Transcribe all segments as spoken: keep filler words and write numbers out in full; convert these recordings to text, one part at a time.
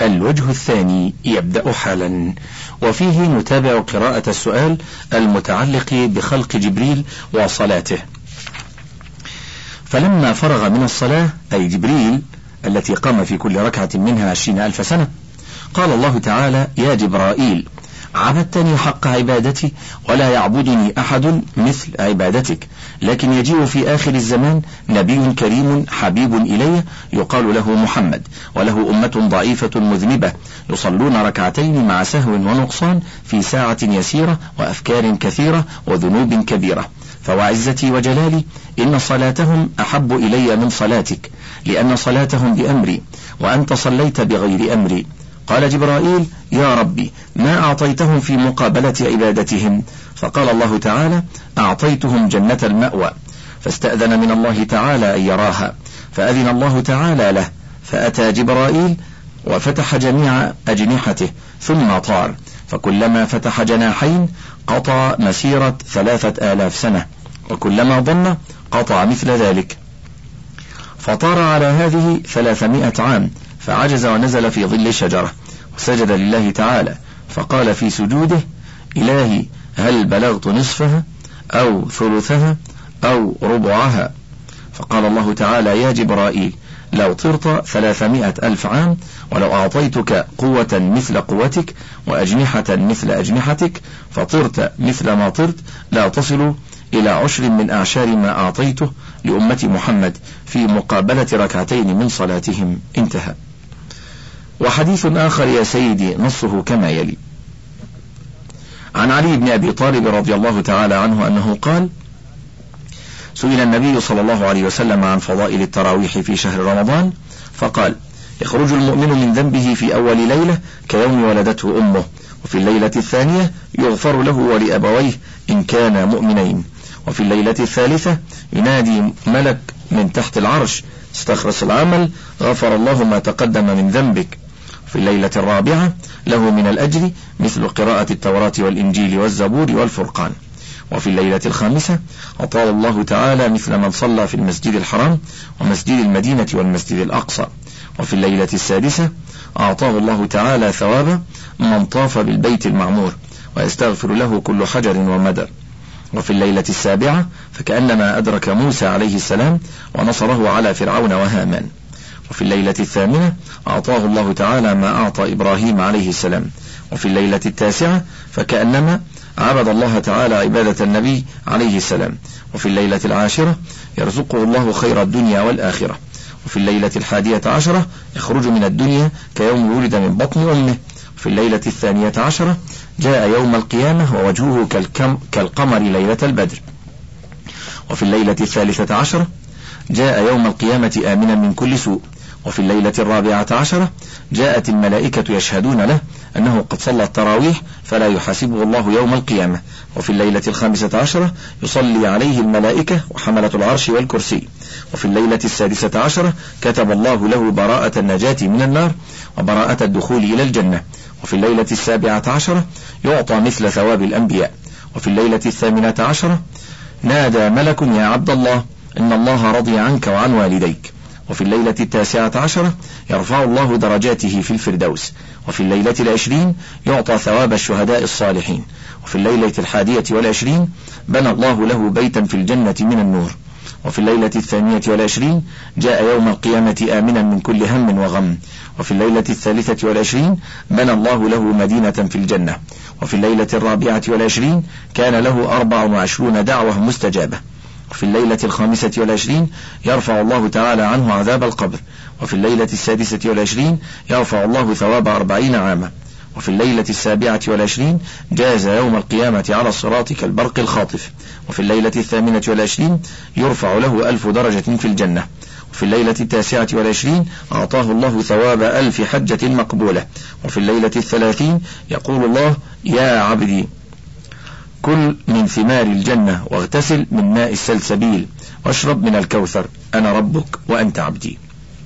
الوجه الثاني يبدأ حالا، وفيه نتابع قراءة السؤال المتعلق بخلق جبريل وصلاته. فلما فرغ من الصلاة، أي جبريل التي قام في كل ركعة منها عشرين ألف سنة، قال الله تعالى: يا جبرائيل، عبدتني حق عبادتي ولا يعبدني أحد مثل عبادتك، لكن يجيء في آخر الزمان نبي كريم حبيب إلي يقال له محمد، وله أمة ضعيفة مذنبة يصلون ركعتين مع سهو ونقصان في ساعة يسيرة وأفكار كثيرة وذنوب كبيرة، فوعزتي وجلالي إن صلاتهم أحب إلي من صلاتك، لأن صلاتهم بأمري وأنت صليت بغير أمري. قال جبرائيل: يا ربي، ما أعطيتهم في مقابلة عبادتهم؟ فقال الله تعالى: أعطيتهم جنة المأوى. فاستأذن من الله تعالى أن يراها، فأذن الله تعالى له، فأتى جبرائيل وفتح جميع أجنحته ثم طار، فكلما فتح جناحين قطع مسيرة ثلاثة آلاف سنة، وكلما ضن قطع مثل ذلك، فطار على هذه ثلاثمائة عام، فعجز ونزل في ظل شجرة وسجد لله تعالى، فقال في سجوده: إلهي، هل بلغت نصفها أو ثلثها أو ربعها؟ فقال الله تعالى: يا جبرائيل، لو طرت ثلاثمائة ألف عام، ولو أعطيتك قوة مثل قوتك وأجنحة مثل أجنحتك فطرت مثل ما طرت، لا تصل إلى عشر من أعشار ما أعطيته لأمة محمد في مقابلة ركعتين من صلاتهم. انتهى. وحديث آخر يا سيدي نصه كما يلي: عن علي بن أبي طالب رضي الله تعالى عنه أنه قال: سئل النبي صلى الله عليه وسلم عن فضائل التراويح في شهر رمضان، فقال: يخرج المؤمن من ذنبه في أول ليلة كيوم ولدته أمه، وفي الليلة الثانية يغفر له ولأبويه إن كانا مؤمنين، وفي الليلة الثالثة ينادي ملك من تحت العرش: استخلص العمل، غفر الله ما تقدم من ذنبك. في الليلة الرابعة له من الأجر مثل قراءة التوراة والإنجيل والزبور والفرقان. وفي الليلة الخامسة أطال الله تعالى مثل من صلى في المسجد الحرام ومسجد المدينة والمسجد الأقصى. وفي الليلة السادسة أعطاه الله تعالى ثواب من طاف بالبيت المعمور ويستغفر له كل حجر ومدر. وفي الليلة السابعة فكأنما أدرك موسى عليه السلام ونصره على فرعون وهامان. وفي الليلة الثامنة أعطاه الله تعالى ما أعطى إبراهيم عليه السلام. وفي الليلة التاسعة فكأنما عبد الله تعالى عبادة النبي عليه السلام. وفي الليلة العاشرة يرزقه الله خير الدنيا والآخرة. وفي الليلة الحادية عشرة يخرج من الدنيا كيوم ولد من بطن أمه. في الليلة الثانية عشرة جاء يوم القيامة ووجهه كالكم كالقمر ليلة البدر. وفي الليلة الثالثة عشرة جاء يوم القيامة آمنا من كل سوء. وفي الليلة الرابعة عشرة جاءت الملائكة يشهدون له أنه قد صلى التراويح فلا يحاسبه الله يوم القيامة. وفي الليلة الخامسة عشرة يصلي عليه الملائكة وحملة العرش والكرسي. وفي الليلة السادسة عشرة كتب الله له براءة النجاة من النار وبراءة الدخول إلى الجنة. وفي الليلة السابعة عشرة يعطى مثل ثواب الأنبياء. وفي الليلة الثامنة عشرة نادى ملك: يا عبد الله، إن الله رضي عنك وعن والديك. وفي الليلة التاسعة عشرة يرفع الله درجاته في الفردوس. وفي الليلة العشرين يعطى ثواب الشهداء الصالحين. وفي الليلة الحادية والعشرين بنى الله له بيتا في الجنة من النور. وفي الليلة الثانية والعشرين جاء يوم القيامة آمنا من كل هم وغم. وفي الليلة الثالثة والعشرين بنى الله له مدينة في الجنة. وفي الليلة الرابعة والعشرين كان له أربع وعشرون دعوة مستجابة. وفي الليلة الخامسة والعشرين يرفع الله تعالى عنه عذاب القبر. وفي الليلة السادسة والعشرين يرفع الله ثواب أربعين عاما. وفي الليلة السابعة والعشرين جاز يوم القيامة على الصراط كالبرق الخاطف. وفي الليلة الثامنة والعشرين يرفع له ألف درجة في الجنة. وفي الليلة التاسعة والعشرين أعطاه الله ثواب ألف حجة مقبولة. وفي الليلة الثلاثين يقول الله: يا عبدي، كل من ثمار الجنة واغتسل من ماء السلسبيل واشرب من الكوثر، أنا ربك وأنت عبدي.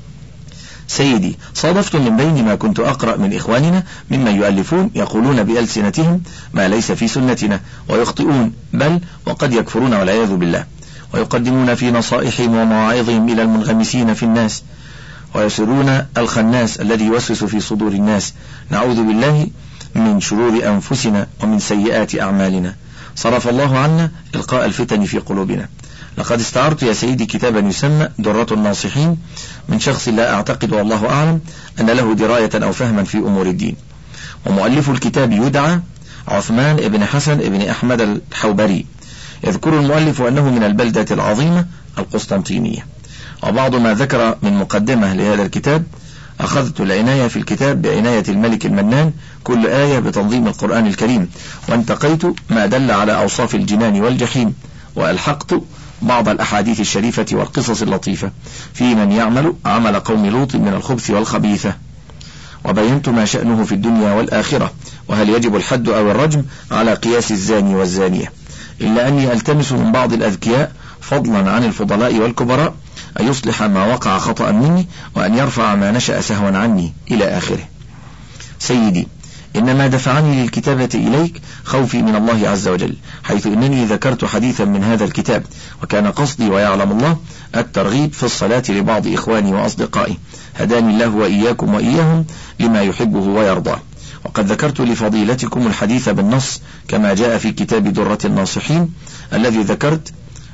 سيدي، صادفت من بين ما كنت أقرأ من إخواننا ممن يؤلفون يقولون بألسنتهم ما ليس في سنتنا ويخطئون، بل وقد يكفرون والعياذ بالله، ويقدمون في نصائحهم ومواعظهم إلى المنغمسين في الناس ويسرون الخناس الذي يوسوس في صدور الناس. نعوذ بالله من شرور أنفسنا ومن سيئات أعمالنا. صرف الله عنا إلقاء الفتن في قلوبنا. لقد استعرت يا سيدي كتابا يسمى درة الناصحين من شخص لا أعتقد والله أعلم أن له دراية أو فهما في أمور الدين، ومؤلف الكتاب يدعى عثمان بن حسن بن أحمد الحوبري. يذكر المؤلف أنه من البلدة العظيمة القسطنطينية. وبعض ما ذكر من مقدمة لهذا الكتاب: أخذت العناية في الكتاب بعناية الملك المنان كل آية بتنظيم القرآن الكريم، وانتقيت ما دل على أوصاف الجنان والجحيم، وألحقت بعض الأحاديث الشريفة والقصص اللطيفة في من يعمل عمل قوم لوط من الخبث والخبيثة، وبينت ما شأنه في الدنيا والآخرة، وهل يجب الحد أو الرجم على قياس الزاني والزانية، إلا أني ألتمس من بعض الأذكياء فضلا عن الفضلاء والكبراء أن يصلح ما وقع خطأ مني، وأن يرفع ما نشأ سهوا عني إلى آخره. سيدي، إنما دفعني للكتابة إليك خوفي من الله عز وجل، حيث إنني ذكرت حديثا من هذا الكتاب، وكان قصدي ويعلم الله الترغيب في الصلاة لبعض إخواني وأصدقائي، هداني الله وإياكم وإياهم لما يحبه ويرضاه. وقد ذكرت لفضيلتكم الحديث بالنص كما جاء في كتاب درة الناصحين الذي ذكرت،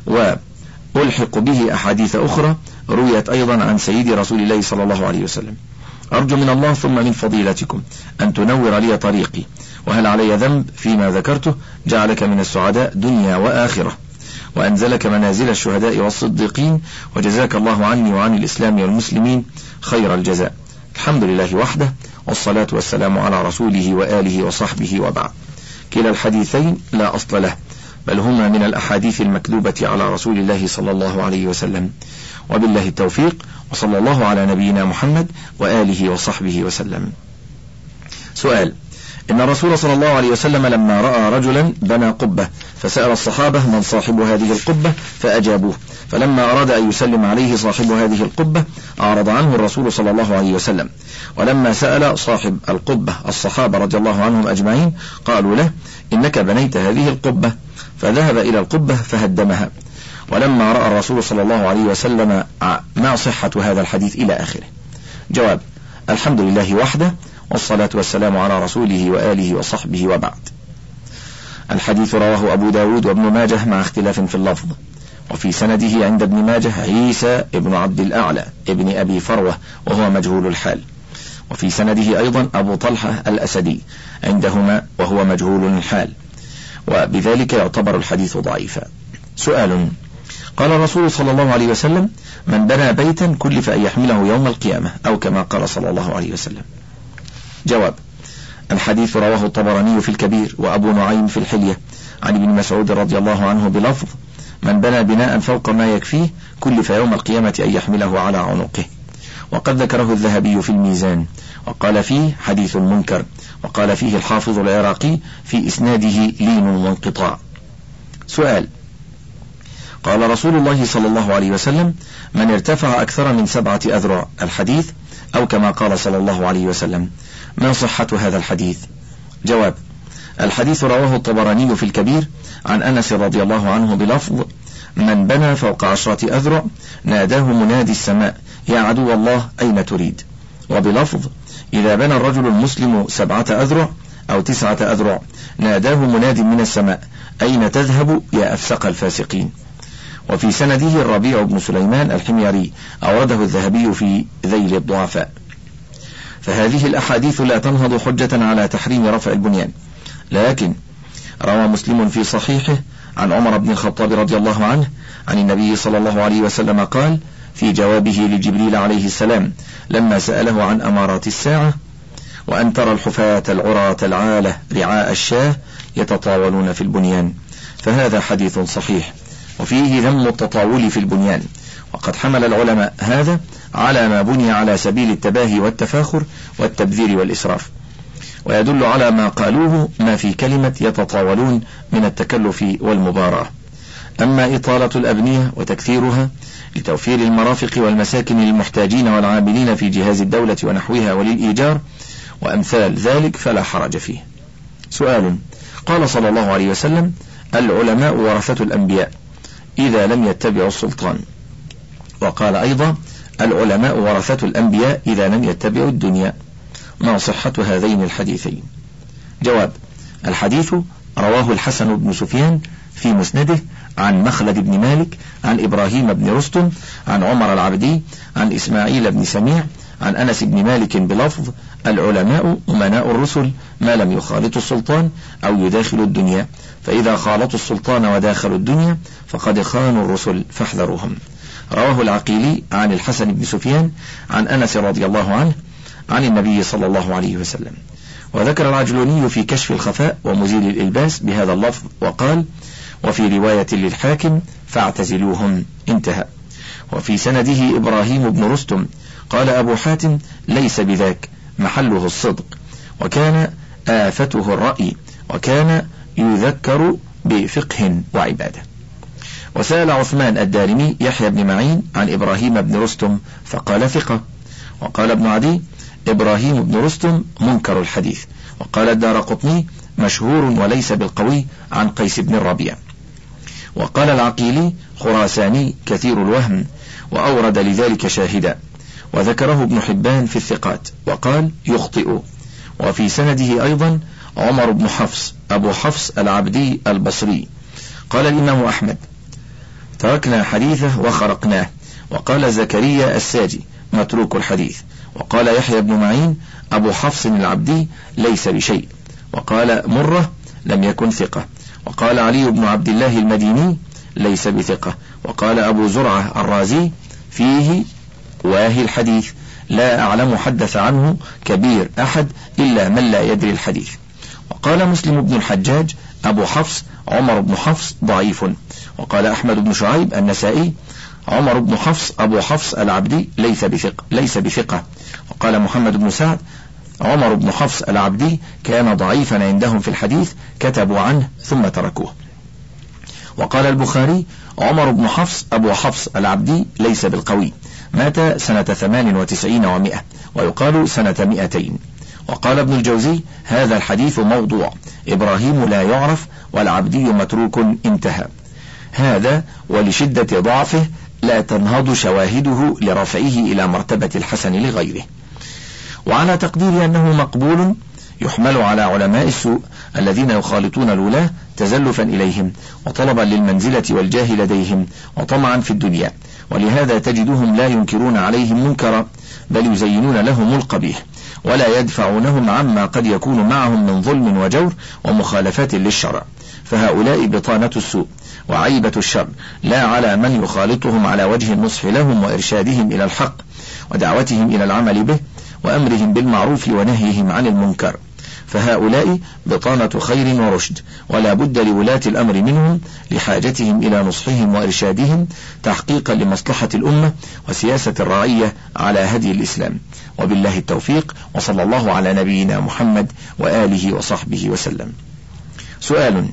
وألحق به أحاديث أخرى رويت أيضا عن سيد رسول الله صلى الله عليه وسلم. أرجو من الله ثم من فضيلتكم أن تنور لي طريقي، وهل علي ذنب فيما ذكرته؟ جعلك من السعداء دنيا وآخرة، وأنزلك منازل الشهداء والصديقين، وجزاك الله عني وعن الإسلام والمسلمين خير الجزاء. الحمد لله وحده، والصلاة والسلام على رسوله وآله وصحبه، وبعد. كلا الحديثين لا أصل له، بل هما من الأحاديث المكذوبة على رسول الله صلى الله عليه وسلم، وبالله التوفيق، وصلى الله على نبينا محمد وآله وصحبه وسلم. سؤال: إن الرسول صلى الله عليه وسلم لما رأى رجلا بنى قبة فسأل الصحابة من صاحب هذه القبة فأجابوه، فلما أراد أن يسلم عليه صاحب هذه القبة أعرض عنه الرسول صلى الله عليه وسلم، ولما سأل صاحب القبة الصحابة رضي الله عنهم أجمعين قالوا له: إنك بنيت هذه القبة، فذهب إلى القبة فهدمها. ولما رأى الرسول صلى الله عليه وسلم ما صحة هذا الحديث إلى آخره. جواب: الحمد لله وحده، والصلاة والسلام على رسوله وآله وصحبه، وبعد. الحديث رواه أبو داود وابن ماجه مع اختلاف في اللفظ، وفي سنده عند ابن ماجه عيسى ابن عبد الأعلى ابن أبي فروة وهو مجهول الحال، وفي سنده أيضا أبو طلحة الأسدي عندهما وهو مجهول الحال، وبذلك يعتبر الحديث ضعيفا. سؤال: قال الرسول صلى الله عليه وسلم: من بنى بيتا كلف أن يحمله يوم القيامة، أو كما قال صلى الله عليه وسلم. جواب: الحديث رواه الطبراني في الكبير وأبو نعيم في الحلية عن ابن مسعود رضي الله عنه بلفظ: من بنى بناء فوق ما يكفيه كلف يوم القيامة أن يحمله على عنقه. وقد ذكره الذهبي في الميزان وقال فيه حديث منكر، وقال فيه الحافظ العراقي في إسناده لين وانقطاع. سؤال: قال رسول الله صلى الله عليه وسلم: من ارتفع أكثر من سبعة أذرع، الحديث، أو كما قال صلى الله عليه وسلم. ما صحة هذا الحديث؟ جواب: الحديث رواه الطبراني في الكبير عن أنس رضي الله عنه بلفظ: من بنى فوق عشرة أذرع ناداه منادي السماء يا عدو الله أين تريد، وبلفظ: إذا بنى الرجل المسلم سبعة أذرع أو تسعة أذرع ناداه مناد من السماء أين تذهب يا أفسق الفاسقين. وفي سنده الربيع بن سليمان الحميري أورده الذهبي في ذيل الضعفاء. فهذه الأحاديث لا تنهض حجة على تحريم رفع البنيان، لكن روى مسلم في صحيحه عن عمر بن الخطاب رضي الله عنه عن النبي صلى الله عليه وسلم قال في جوابه لجبريل عليه السلام لما سأله عن أمارات الساعة: وأن ترى الحفاة العراة العالة رعاء الشاه يتطاولون في البنيان. فهذا حديث صحيح وفيه ذم التطاول في البنيان، وقد حمل العلماء هذا على ما بني على سبيل التباهي والتفاخر والتبذير والإسراف، ويدل على ما قالوه ما في كلمة يتطاولون من التكلف والمباراة. أما إطالة الأبنية وتكثيرها لتوفير المرافق والمساكن للمحتاجين والعاملين في جهاز الدولة ونحوها وللإيجار وأمثال ذلك فلا حرج فيه. سؤال: قال صلى الله عليه وسلم: العلماء ورثة الأنبياء إذا لم يتبعوا السلطان. وقال أيضا: العلماء ورثة الأنبياء إذا لم يتبعوا الدنيا. ما صحة هذين الحديثين؟ جواب: الحديث رواه الحسن بن سفيان في مسنده عن مخلد بن مالك عن إبراهيم بن رستم عن عمر العبدي عن إسماعيل بن سميع عن أنس بن مالك بلفظ: العلماء أمناء الرسل ما لم يخالطوا السلطان أو يداخلوا الدنيا، فإذا خالطوا السلطان وداخلوا الدنيا فقد خانوا الرسل فاحذروهم. رواه العقيلي عن الحسن بن سفيان عن أنس رضي الله عنه عن النبي صلى الله عليه وسلم. وذكر العجلوني في كشف الخفاء ومزيل الإلباس بهذا اللفظ وقال: وفي رواية للحاكم: فاعتزلوهم، انتهى. وفي سنده إبراهيم بن رستم. قال أبو حاتم: ليس بذاك، محله الصدق، وكان آفته الرأي، وكان يذكر بفقه وعبادة. وسأل عثمان الدارمي يحيى بن معين عن إبراهيم بن رستم فقال: ثقة. وقال ابن عدي: إبراهيم بن رستم منكر الحديث. وقال الدارقطني: مشهور وليس بالقوي عن قيس بن الربيع. وقال العقيلي: خراساني كثير الوهم، وأورد لذلك شاهدا. وذكره ابن حبان في الثقات وقال: يخطئ. وفي سنده أيضا عمر بن حفص أبو حفص العبدي البصري. قال الإمام أحمد: تركنا حديثه وخرقناه. وقال زكريا الساجي: متروك الحديث. وقال يحيى بن معين: أبو حفص العبدي ليس بشيء. وقال مرة: لم يكن ثقة. وقال علي بن عبد الله المديني: ليس بثقة. وقال أبو زرعة الرازي: فيه واهي الحديث، لا أعلم حدث عنه كبير أحد إلا من لا يدري الحديث. وقال مسلم بن الحجاج: أبو حفص عمر بن حفص ضعيف. وقال أحمد بن شعيب النسائي: عمر بن حفص أبو حفص العبدي ليس بثقة, ليس بثقة. وقال محمد بن سعد: عمر بن حفص العبدي كان ضعيفا عندهم في الحديث، كتبوا عنه ثم تركوه. وقال البخاري: عمر بن حفص أبو حفص العبدي ليس بالقوي، مات سنة ثمان وتسعين ومئة، ويقال سنة مئتين. وقال ابن الجوزي: هذا الحديث موضوع، إبراهيم لا يعرف والعبدي متروك، انتهى. هذا ولشدة ضعفه لا تنهض شواهده لرفعه إلى مرتبة الحسن لغيره. وعلى تقدير أنه مقبول يحمل على علماء السوء الذين يخالطون الولاة تزلفا إليهم وطلبا للمنزلة والجاه لديهم وطمعا في الدنيا، ولهذا تجدهم لا ينكرون عليهم منكرا، بل يزينون لهم القبيح ولا يدفعونهم عما قد يكون معهم من ظلم وجور ومخالفات للشرع. فهؤلاء بطانة السوء وعيبة الشر، لا على من يخالطهم على وجه النصح لهم وإرشادهم إلى الحق ودعوتهم إلى العمل به وأمرهم بالمعروف ونهيهم عن المنكر. فهؤلاء بطانة خير ورشد، ولا بد لولاة الأمر منهم لحاجتهم إلى نصحهم وإرشادهم تحقيقا لمصلحة الأمة وسياسة الرعية على هدي الإسلام. وبالله التوفيق، وصلى الله على نبينا محمد وآله وصحبه وسلم. سؤال: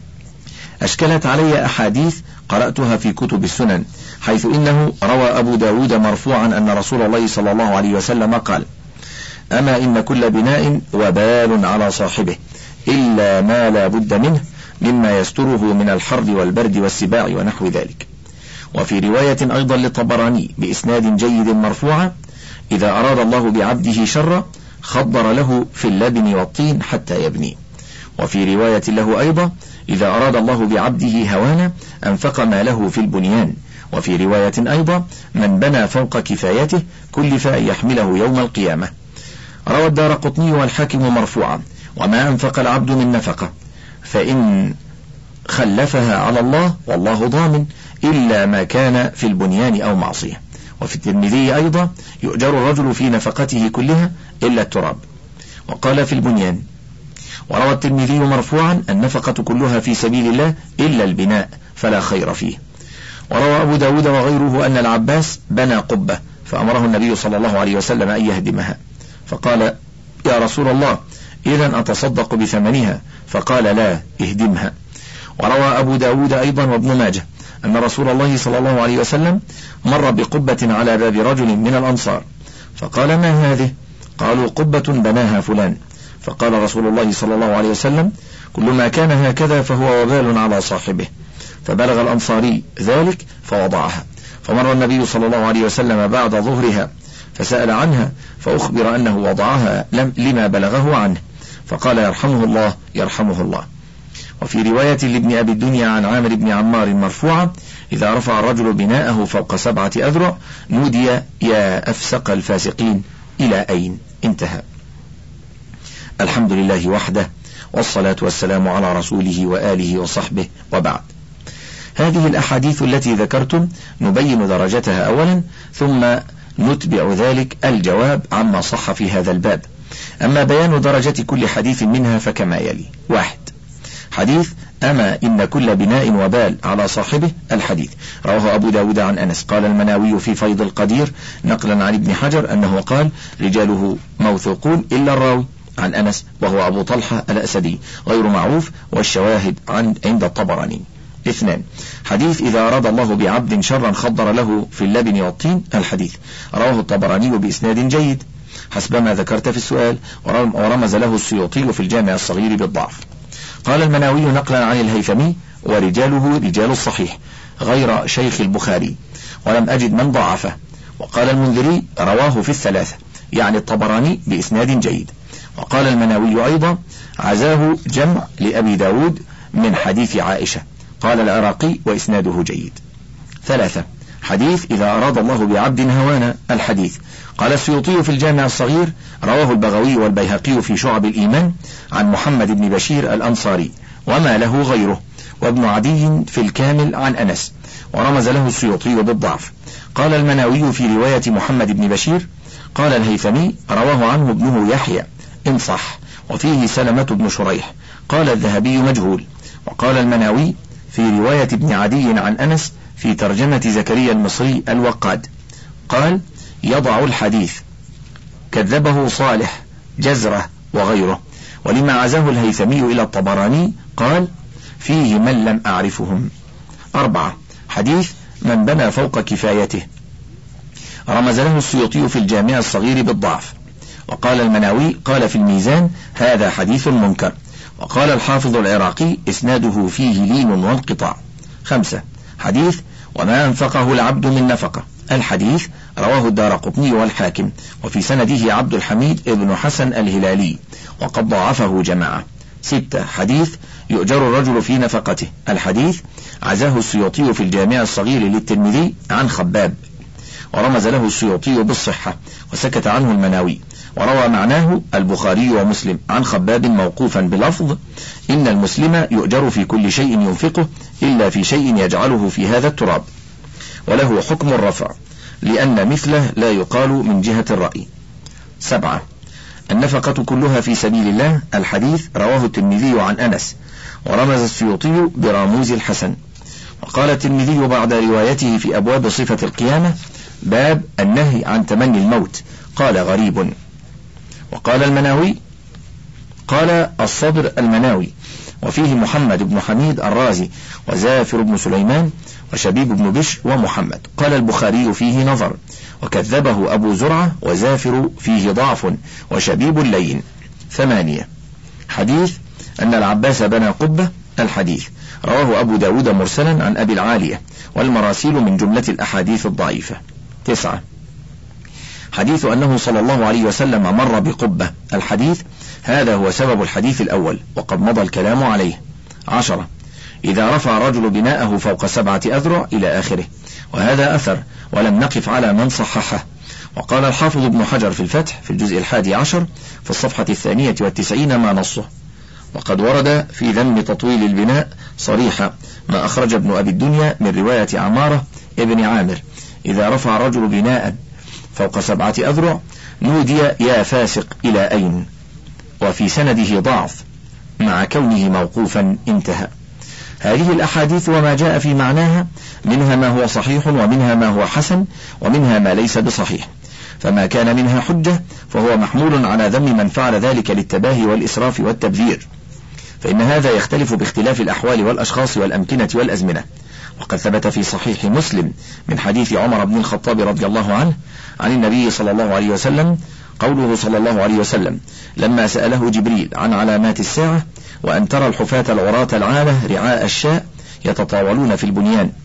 أشكلت علي أحاديث قرأتها في كتب السنن، حيث إنه روى أبو داود مرفوعا أن رسول الله صلى الله عليه وسلم قال: أما إن كل بناء وبال على صاحبه إلا ما لا بد منه مما يستره من الحر والبرد والسباع ونحو ذلك. وفي رواية أيضا للطبراني بإسناد جيد مرفوعا: إذا أراد الله بعبده شرا خضر له في اللبن والطين حتى يبني. وفي رواية له أيضا: إذا أراد الله بعبده هوانا أنفق ما له في البنيان. وفي رواية أيضا: من بنى فوق كفايته كلف أن يحمله يوم القيامة. روى الدارقطني والحاكم مرفوعا: وما أنفق العبد من نفقة فإن خلفها على الله والله ضامن إلا ما كان في البنيان أو معصية. وفي الترمذي أيضا: يؤجر الرجل في نفقته كلها إلا التراب. وقال في البنيان. وروى الترمذي مرفوعا: النفقة كلها في سبيل الله إلا البناء فلا خير فيه. وروى أبو داود وغيره أن العباس بنى قبة فأمره النبي صلى الله عليه وسلم أن يهدمها، فقال: يا رسول الله إذن أتصدق بثمنها؟ فقال: لا، اهدمها. وروى أبو داود أيضا وابن ماجه أن رسول الله صلى الله عليه وسلم مر بقبة على باب رجل من الأنصار، فقال: ما هذه؟ قالوا: قبة بناها فلان. فقال رسول الله صلى الله عليه وسلم: كل ما كان هكذا فهو وبال على صاحبه. فبلغ الأنصاري ذلك فوضعها، فمر النبي صلى الله عليه وسلم بعد ظهرها فسأل عنها فأخبر أنه وضعها لما بلغه عنه، فقال يرحمه الله يرحمه الله. وفي رواية لابن أبي الدنيا عن عامر بن عمار مرفوعة: إذا رفع الرجل بناءه فوق سبعة أذرع نودي يا أفسق الفاسقين إلى أين؟ انتهى. الحمد لله وحده، والصلاة والسلام على رسوله وآله وصحبه، وبعد. هذه الأحاديث التي ذكرتم نبين درجتها أولا، ثم نتبع ذلك الجواب عما صح في هذا الباب. أما بيان درجة كل حديث منها فكما يلي: واحد، حديث أما إن كل بناء وبال على صاحبه، الحديث رواه أبو داود عن أنس. قال المناوي في فيض القدير نقلا عن ابن حجر أنه قال: رجاله موثوقون إلا الراوي عن أنس وهو أبو طلحة الأسدي غير معروف، والشواهد عن عند الطبراني. اثنان، حديث إذا أراد الله بعبد شرا خضر له في اللبن والطين، الحديث رواه الطبراني بإسناد جيد حسب ما ذكرت في السؤال، ورمز له السيوطي في الجامع الصغير بالضعف. قال المناوي نقلا عن الهيثمي: ورجاله رجال الصحيح غير شيخ البخاري، ولم أجد من ضعفه. وقال المنذري رواه في الثلاثة، يعني الطبراني بإسناد جيد. وقال المناوي أيضا عزاه جمع لأبي داود من حديث عائشة. قال العراقي وإسناده جيد. ثلاثة، حديث إذا أراد الله بعبد هوانا، الحديث قال السيوطي في الجامع الصغير رواه البغوي والبيهقي في شعب الإيمان عن محمد بن بشير الأنصاري وما له غيره، وابن عدي في الكامل عن أنس، ورمز له السيوطي بالضعف. قال المناوي في رواية محمد بن بشير: قال الهيثمي رواه عنه ابنه يحيى إن صح، وفيه سلمة بن شريح. قال الذهبي مجهول. وقال المناوي في رواية ابن عدي عن أنس في ترجمة زكريا المصري الوقاد، قال: يضع الحديث، كذبه صالح جزرة وغيره. ولما عزاه الهيثمي إلى الطبراني قال: فيه من لم أعرفهم. أربعة، حديث من بنى فوق كفايته، رمز له السيوطي في الجامع الصغير بالضعف. وقال المناوي قال في الميزان: هذا حديث منكر. وقال الحافظ العراقي: إسناده فيه لين وانقطاع. خمسة، حديث وما أنفقه العبد من نفقة، الحديث رواه الدارقطني والحاكم، وفي سنده عبد الحميد ابن حسن الهلالي، وقد ضاعفه جماعة. ستة، حديث يؤجر الرجل في نفقته، الحديث عزاه السيوطي في الجامع الصغير للترمذي عن خباب، ورمز له السيوطي بالصحة، وسكت عنه المناوي. وروى معناه البخاري ومسلم عن خباب موقوفا بلفظ: إن المسلم يؤجر في كل شيء ينفقه إلا في شيء يجعله في هذا التراب، وله حكم الرفع لأن مثله لا يقال من جهة الرأي. سبعة، النفقة كلها في سبيل الله، الحديث رواه الترمذي عن أنس، ورمز السيوطي براموز الحسن. وقال الترمذي بعد روايته في أبواب صفة القيامة: باب النهي عن تمني الموت، قال غريب. وقال المناوي قال الصدر المناوي، وفيه محمد بن حميد الرازي وزافر بن سليمان وشبيب بن بشر ومحمد. قال البخاري فيه نظر، وكذبه أبو زرعة، وزافر فيه ضعف، وشبيب لين. ثمانية، حديث أن العباس بنى قبة، الحديث رواه أبو داود مرسلا عن أبي العالية، والمراسيل من جملة الأحاديث الضعيفة. تسعة، حديث أنه صلى الله عليه وسلم مر بقبة، الحديث هذا هو سبب الحديث الأول، وقد مضى الكلام عليه. عشرة، إذا رفع رجل بناءه فوق سبعة أذرع إلى آخره، وهذا أثر ولم نقف على من صححه. وقال الحافظ ابن حجر في الفتح في الجزء الحادي عشر في الصفحة الثانية والتسعين ما نصه. وقد ورد في ذم تطويل البناء صريحة ما أخرج ابن أبي الدنيا من رواية عمارة ابن عامر: إذا رفع رجل بناء فوق سبعة أذرع نودي يا فاسق إلى أين، وفي سنده ضعف مع كونه موقوفا. انتهى. هذه الأحاديث وما جاء في معناها منها ما هو صحيح، ومنها ما هو حسن، ومنها ما ليس بصحيح، فما كان منها حجة فهو محمول على ذم من فعل ذلك للتباهي والإسراف والتبذير، فإن هذا يختلف باختلاف الأحوال والأشخاص والأمكنة والأزمنة. وقد ثبت في صحيح مسلم من حديث عمر بن الخطاب رضي الله عنه عن النبي صلى الله عليه وسلم قوله صلى الله عليه وسلم لما سأله جبريل عن علامات الساعة: وأن ترى الحفاة العراة العالة رعاء الشاء يتطاولون في البنيان.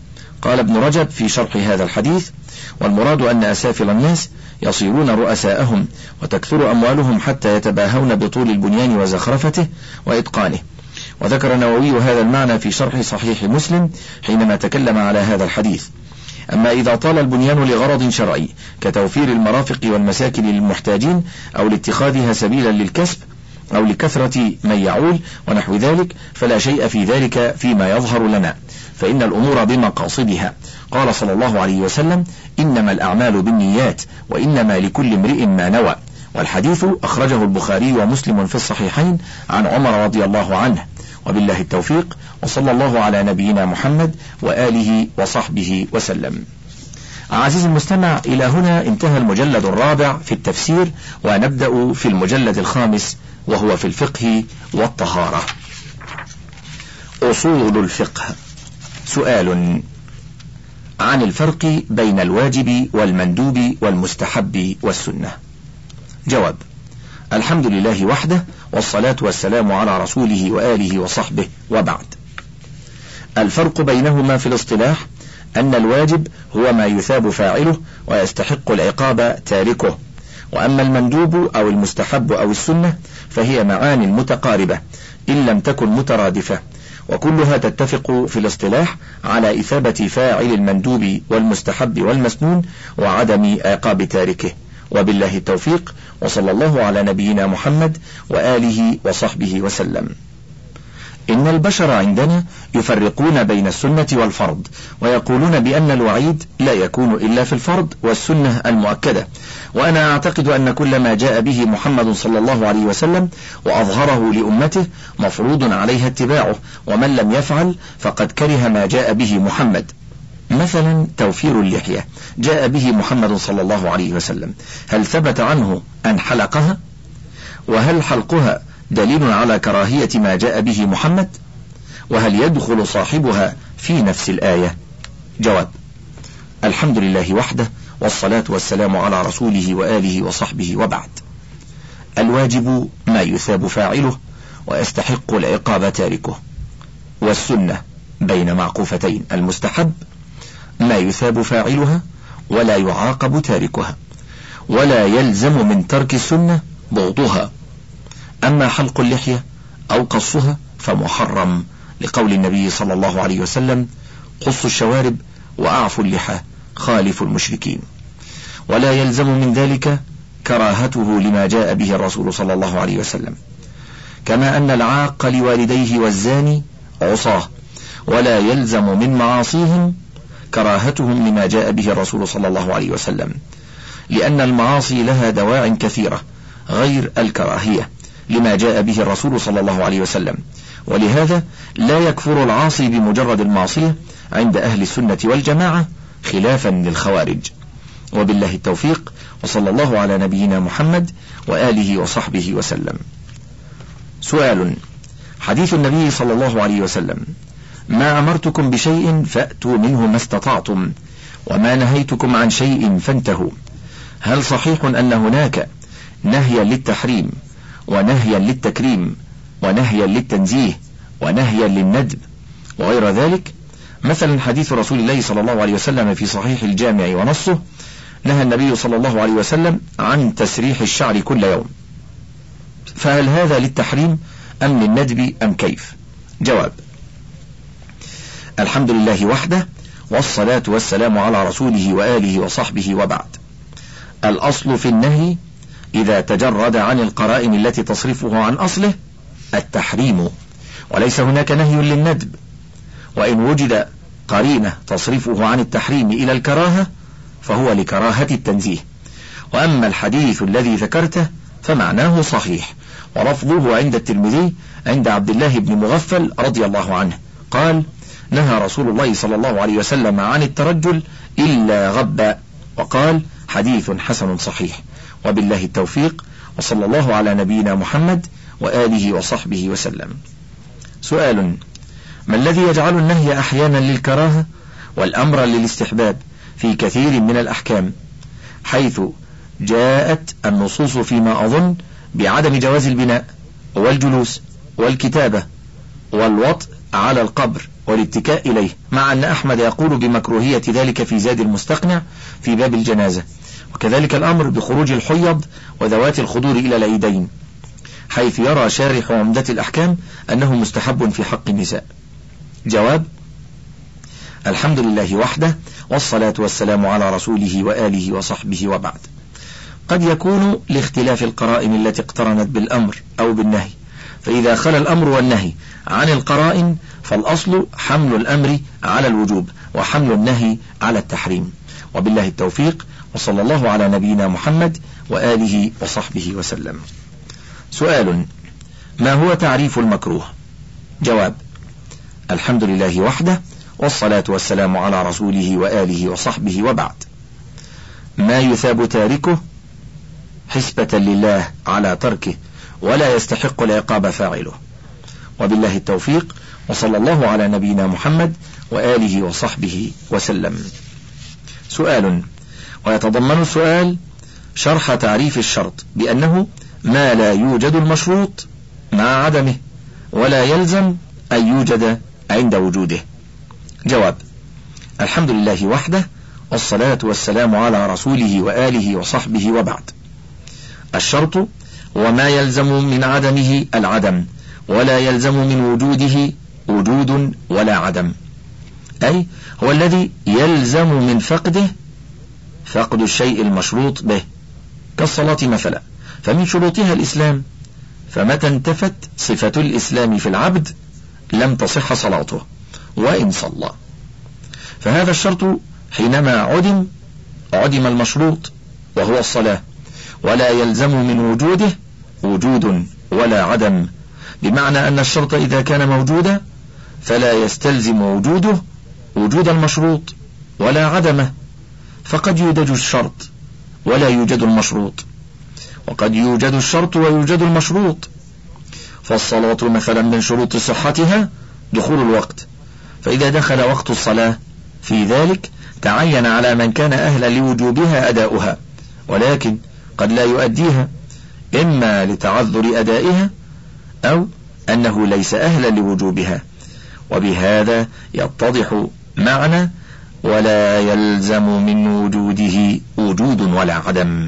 قال ابن رجب في شرح هذا الحديث: والمراد أن أسافل الناس يصيرون رؤساءهم وتكثر أموالهم حتى يتباهون بطول البنيان وزخرفته وإتقانه. وذكر النووي هذا المعنى في شرح صحيح مسلم حينما تكلم على هذا الحديث. أما إذا طال البنيان لغرض شرعي كتوفير المرافق والمساكن للمحتاجين أو لاتخاذها سبيلا للكسب أو لكثرة من يعول ونحو ذلك، فلا شيء في ذلك فيما يظهر لنا، فإن الأمور بمقاصدها. قال صلى الله عليه وسلم: إنما الأعمال بالنيات وإنما لكل امرئ ما نوى. والحديث أخرجه البخاري ومسلم في الصحيحين عن عمر رضي الله عنه. وبالله التوفيق، وصلى الله على نبينا محمد وآله وصحبه وسلم. عزيزي المستمع، إلى هنا انتهى المجلد الرابع في التفسير، ونبدأ في المجلد الخامس وهو في الفقه والطهارة. أصول الفقه. سؤال: عن الفرق بين الواجب والمندوب والمستحب والسنة. جواب: الحمد لله وحده، والصلاة والسلام على رسوله وآله وصحبه، وبعد. الفرق بينهما في الاصطلاح أن الواجب هو ما يثاب فاعله ويستحق العقاب تاركه، وأما المندوب أو المستحب أو السنة فهي معان متقاربة إن لم تكن مترادفة، وكلها تتفق في الاصطلاح على إثابة فاعل المندوب والمستحب والمسنون وعدم عقاب تاركه. وبالله التوفيق، وصلى الله على نبينا محمد وآله وصحبه وسلم. إن البشر عندنا يفرقون بين السنة والفرض، ويقولون بأن الوعيد لا يكون إلا في الفرض والسنة المؤكدة، وأنا أعتقد أن كل ما جاء به محمد صلى الله عليه وسلم وأظهره لأمته مفروض عليها اتباعه، ومن لم يفعل فقد كره ما جاء به محمد. مثلا توفير اللحية جاء به محمد صلى الله عليه وسلم، هل ثبت عنه أن حلقها؟ وهل حلقها دليل على كراهية ما جاء به محمد؟ وهل يدخل صاحبها في نفس الآية؟ جواب: الحمد لله وحده، والصلاة والسلام على رسوله وآله وصحبه، وبعد. الواجب ما يثاب فاعله ويستحق العقاب تاركه، والسنة بين معقوفتين. المستحب ما يثاب فاعلها ولا يعاقب تاركها، ولا يلزم من ترك السنة بغضها. أما حلق اللحية أو قصها فمحرم، لقول النبي صلى الله عليه وسلم: قصوا الشوارب وأعفوا اللحى خالفوا المشركين. ولا يلزم من ذلك كراهته لما جاء به الرسول صلى الله عليه وسلم، كما أن العاق لوالديه والزاني عصاه، ولا يلزم من معاصيهم كراهتهم لما جاء به الرسول صلى الله عليه وسلم، لأن المعاصي لها دواع كثيرة غير الكراهية لما جاء به الرسول صلى الله عليه وسلم، ولهذا لا يكفر العاصي بمجرد المعصية عند أهل السنة والجماعة، خلافا للخوارج. وبالله التوفيق، وصلى الله على نبينا محمد وآله وصحبه وسلم. سؤال: حديث النبي صلى الله عليه وسلم: ما أمرتكم بشيء فأتوا منه ما استطعتم، وما نهيتكم عن شيء فانتهوا، هل صحيح أن هناك نهيا للتحريم ونهيا للتكريم ونهيا للتنزيه ونهيا للندب وغير ذلك؟ مثلا حديث رسول الله صلى الله عليه وسلم في صحيح الجامع ونصه: نهى النبي صلى الله عليه وسلم عن تسريح الشعر كل يوم، فهل هذا للتحريم أم للندب أم كيف؟ جواب: الحمد لله وحده، والصلاة والسلام على رسوله وآله وصحبه، وبعد. الأصل في النهي إذا تجرد عن القرائن التي تصرفه عن أصله التحريم، وليس هناك نهي للندب، وإن وجد قرينة تصرفه عن التحريم إلى الكراهة فهو لكراهة التنزيه. وأما الحديث الذي ذكرته فمعناه صحيح، ولفظه عند الترمذي عند عبد الله بن مغفل رضي الله عنه قال: نهى رسول الله صلى الله عليه وسلم عن الترجل إلا غبا، وقال: حديث حسن صحيح. وبالله التوفيق، وصلى الله على نبينا محمد وآله وصحبه وسلم. سؤال: ما الذي يجعل النهي أحيانا للكراهة والأمر للاستحباب في كثير من الأحكام، حيث جاءت النصوص فيما أظن بعدم جواز البناء والجلوس والكتابة والوطء على القبر والاتكاء إليه، مع أن أحمد يقول بمكروهية ذلك في زاد المستقنع في باب الجنازة. وكذلك الأمر بخروج الحيض وذوات الخدور إلى العيدين، حيث يرى شارح عمدة الأحكام أنه مستحب في حق النساء. جواب: الحمد لله وحده، والصلاة والسلام على رسوله وآله وصحبه، وبعد. قد يكون لاختلاف القرائن التي اقترنت بالأمر أو بالنهي، فإذا خلا الأمر والنهي عن القرائن فالأصل حمل الأمر على الوجوب وحمل النهي على التحريم. وبالله التوفيق، وصلى الله على نبينا محمد وآله وصحبه وسلم. سؤال: ما هو تعريف المكروه؟ جواب: الحمد لله وحده، والصلاة والسلام على رسوله وآله وصحبه، وبعد. ما يثاب تاركه حسبة لله على تركه، ولا يستحق العقاب فاعله. وبالله التوفيق، وصلى الله على نبينا محمد وآله وصحبه وسلم. سؤال: ويتضمن السؤال شرح تعريف الشرط بأنه ما لا يوجد المشروط مع عدمه، ولا يلزم أن يوجد عند وجوده. جواب: الحمد لله وحده، والصلاة والسلام على رسوله وآله وصحبه، وبعد. الشرط وما يلزم من عدمه العدم، ولا يلزم من وجوده وجود ولا عدم، أي هو الذي يلزم من فقده فقد الشيء المشروط به، كالصلاة مثلا، فمن شروطها الإسلام، فمتى انتفت صفة الإسلام في العبد لم تصح صلاته وإن صلى. فهذا الشرط حينما عدم عدم المشروط وهو الصلاة، ولا يلزم من وجوده وجود ولا عدم، بمعنى أن الشرط إذا كان موجودا فلا يستلزم وجوده وجود المشروط ولا عدمه، فقد يوجد الشرط ولا يوجد المشروط، وقد يوجد الشرط ويوجد المشروط. فالصلاة مثلا من شروط صحتها دخول الوقت، فإذا دخل وقت الصلاة في ذلك تعين على من كان أهلا لوجوبها أداؤها، ولكن قد لا يؤديها، إما لتعذر أدائها أو أنه ليس أهلا لوجوبها. وبهذا يتضح معنى ولا يلزم من وجوده وجود ولا عدم.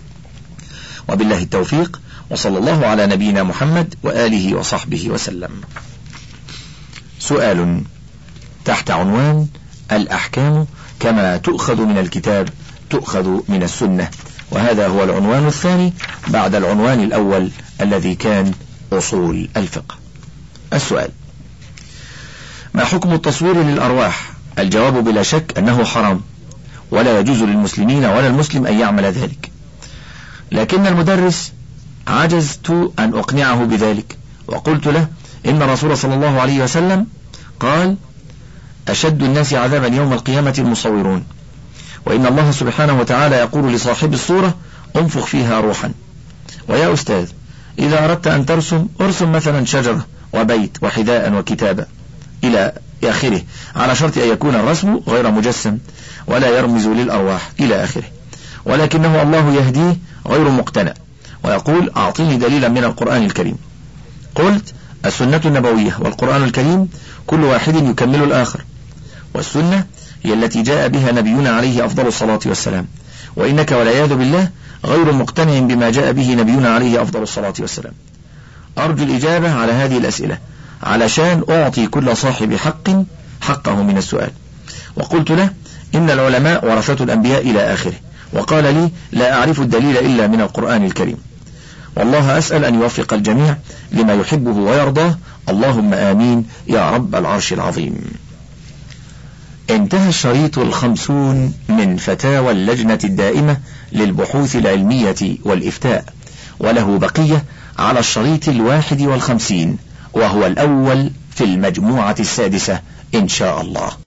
وبالله التوفيق، وصلى الله على نبينا محمد وآله وصحبه وسلم. سؤال تحت عنوان: الأحكام كما تؤخذ من الكتاب تؤخذ من السنة، وهذا هو العنوان الثاني بعد العنوان الأول الذي كان أصول الفقه. السؤال: ما حكم التصوير للأرواح؟ الجواب بلا شك أنه حرام، ولا يجوز للمسلمين ولا المسلم أن يعمل ذلك، لكن المدرس عجزت أن أقنعه بذلك، وقلت له إن الرسول صلى الله عليه وسلم قال: أشد الناس عذابا يوم القيامة المصورون، وإن الله سبحانه وتعالى يقول لصاحب الصورة: انفخ فيها روحا. ويا أستاذ، إذا أردت أن ترسم ارسم مثلا شجرة وبيت وحذاء وكتابة إلى آخره، على شرط أن يكون الرسم غير مجسم ولا يرمز للأرواح إلى آخره، ولكنه الله يهديه غير مقتنع، ويقول: أعطيني دليلا من القرآن الكريم. قلت: السنة النبوية والقرآن الكريم كل واحد يكمل الآخر، والسنة هي التي جاء بها نبينا عليه أفضل الصلاة والسلام، وإنك والعياذ بالله غير مقتنع بما جاء به نبينا عليه أفضل الصلاة والسلام. أرجو الإجابة على هذه الأسئلة علشان أعطي كل صاحب حق حقه من السؤال. وقلت له: إن العلماء ورثة الأنبياء إلى آخره، وقال لي: لا أعرف الدليل إلا من القرآن الكريم. والله أسأل أن يوفق الجميع لما يحبه ويرضاه، اللهم آمين يا رب العرش العظيم. انتهى الشريط الخمسون من فتاوى اللجنة الدائمة للبحوث العلمية والإفتاء، وله بقية على الشريط الواحد والخمسين، وهو الأول في المجموعة السادسة إن شاء الله.